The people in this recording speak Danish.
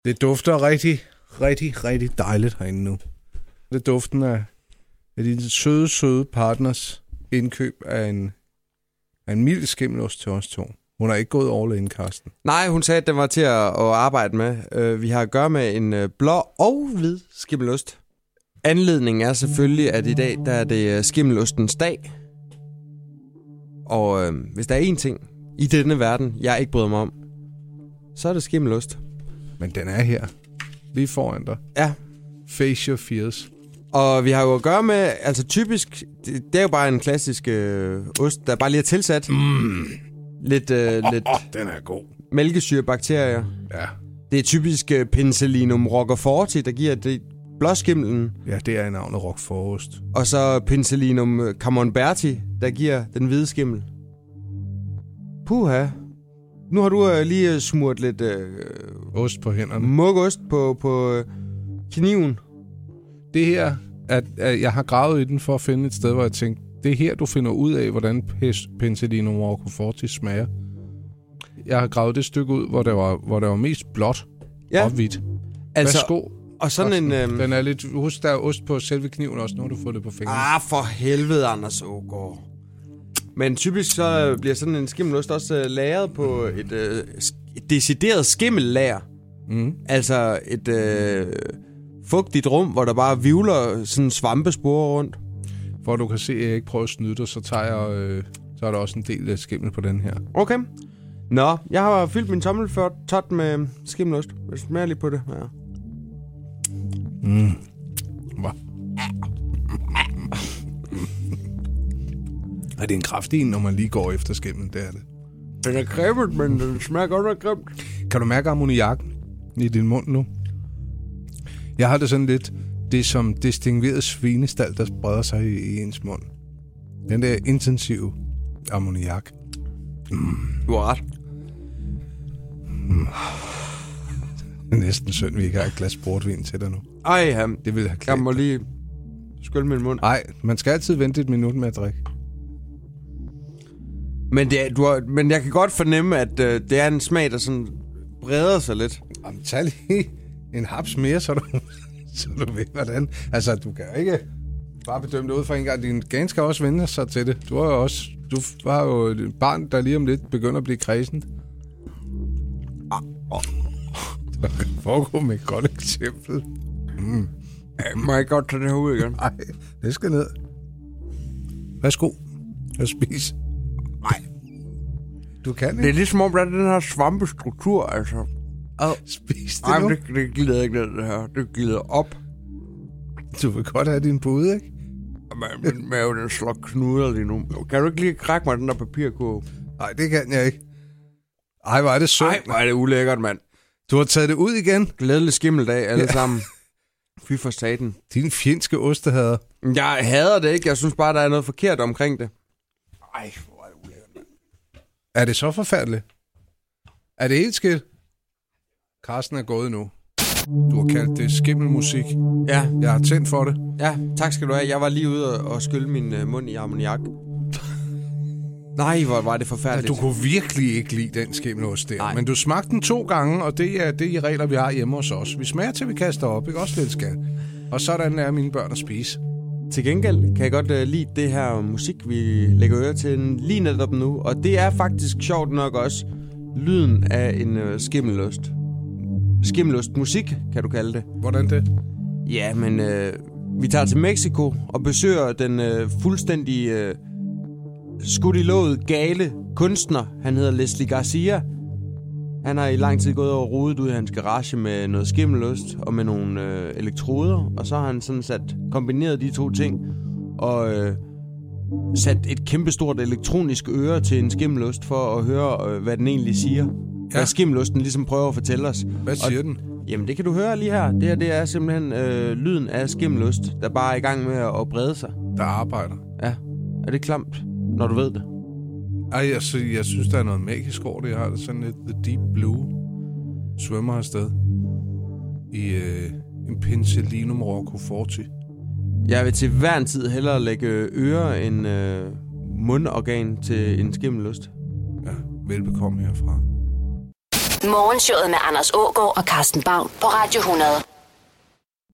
Det dufter rigtig, rigtig, rigtig dejligt herinde nu. Det er duften af de søde partners indkøb af en mild skimmelost til os to. Hun har ikke gået all in, Karsten. Nej, hun sagde, at den var til at arbejde med. Vi har at gøre med en blå og hvid skimmelost. Anledningen er selvfølgelig, at i dag der er det skimmelostens dag. Og hvis der er én ting i denne verden, jeg ikke bryder mig om, så er det skimmelost. Men den er her. Lige foran dig. Ja. Face your fears. Og vi har jo at gøre med, altså typisk, det er jo bare en klassisk ost, der bare lige er tilsat. Lidt den er god. Mælkesyrebakterier. Ja. Det er typisk Penicillinum roqueforti, der giver det blåskimmelen. Ja, det er navnet roquefortost. Og så Penicillinum camemberti, der giver den hvide skimmel. Puha. Nu har du lige smurt lidt ost på hænderne. Mugost på kniven. Det her, at jeg har gravet i den for at finde et sted, hvor jeg tænkte, det er her, du finder ud af, hvordan Penicillinum roqueforti smager. Jeg har gravet det stykke ud, hvor der var mest blåt og hvidt. Altså, værsgo. Og sådan en... Den er lidt... Husk, der er ost på selve kniven også, når du får det på fingrene. For helvede, Anders Aagaard. Men typisk så bliver sådan en skimmelost også lagret på et decideret skimmellager. Altså et fugtigt rum, hvor der bare vivler sådan svampespore rundt. For at du kan se, at jeg ikke prøver at snyde dig, så så er der også en del af skimmel på den her. Okay. Nå, jeg har fyldt min tommeltot med skimmelost. Jeg smager lige på det. Ja. Er det en kraftig en, når man lige går efter skimmen? Det er det. Den er cremet, men den smager godt nok grimt. Kan du mærke ammoniakken i din mund nu? Jeg har det sådan lidt, det som distingueret svinestald, der spreder sig i ens mund. Den der intensive ammoniak. Du har ret. Det er næsten synd, vi ikke har et glas portvin til dig nu. Ej, det vil jeg må lige skylle min mund. Nej, man skal altid vente et minut med at drikke. Men jeg kan godt fornemme, at det er en smag, der sådan breder sig lidt. Jamen, tag lige en haps mere, så du ved, hvordan... Altså, du kan ikke bare bedømme det ud for en gang. Din gan skal også vende sig til det. Du har jo et barn, der lige om lidt begynder at blive kredsent. Det kan foregå med et godt eksempel. Må jeg godt tage det her ud igen? Nej, det skal ned. Værsgo. Jeg spis. Nej. Du kan ikke. Det er ligesom om, der er den her svampestruktur, altså. Spis det nu. Nej, det gider ikke det her. Det gider op. Du vil godt have din bude, ikke? Min mave, den slår knuder lige nu. Kan du ikke lige krække mig den der papirkurve? Nej, det kan jeg ikke. Ej, hvor er det synd. Ej, hvor er det ulækkert, mand. Du har taget det ud igen. Glædelig skimmeldag, alle sammen. Fy for satan. Din fjendske ostehader. Jeg hader det ikke. Jeg synes bare, der er noget forkert omkring det. Ej, hvor er det ulækkert, mand. Er det så forfærdeligt? Er det helt skidt? Karsten er gået nu. Du har kaldt det skimmelmusik. Ja. Jeg har tændt for det. Ja, tak skal du have. Jeg var lige ude og skylle min mund i ammoniak. Nej, hvor var det forfærdeligt. Ja, du kunne virkelig ikke lide den skimmelost der. Nej. Men du smagte den 2 gange, og det er de regler, vi har hjemme hos os. Vi smager til, vi kaster op, ikke? Også lidt skat. Og sådan er mine børn at spise. Til gengæld kan jeg godt lide det her musik, vi lægger øre til lige netop nu. Og det er faktisk sjovt nok også lyden af en skimmelost. Skimmelostmusik, kan du kalde det. Hvordan det? Ja, men vi tager til Mexico og besøger den fuldstændig skudt i låget gale kunstner. Han hedder Leslie Garcia. Han har i lang tid gået og rodet ud i hans garage med noget skimmelost og med nogle elektroder. Og så har han sådan kombineret de 2 ting og sat et kæmpestort elektronisk øre til en skimmelost for at høre, hvad den egentlig siger. Ja. Hvad skimmelosten ligesom prøver at fortælle os. Hvad siger den? Jamen, det kan du høre lige her. Det her, det er simpelthen lyden af skimmelost, der bare er i gang med at brede sig. Der arbejder. Ja. Er det klamt, når du ved det? Ej, jeg synes, der er noget magisk over det. Jeg har det sådan lidt The Deep Blue svømmer afsted i en Penicillinum roqueforti. Jeg vil til hver en tid hellere lægge øre end mundorgan til en skimmelost. Ja, velbekomme herfra. Morgenshowet med Anders Aagaard og Carsten Baum på Radio 100.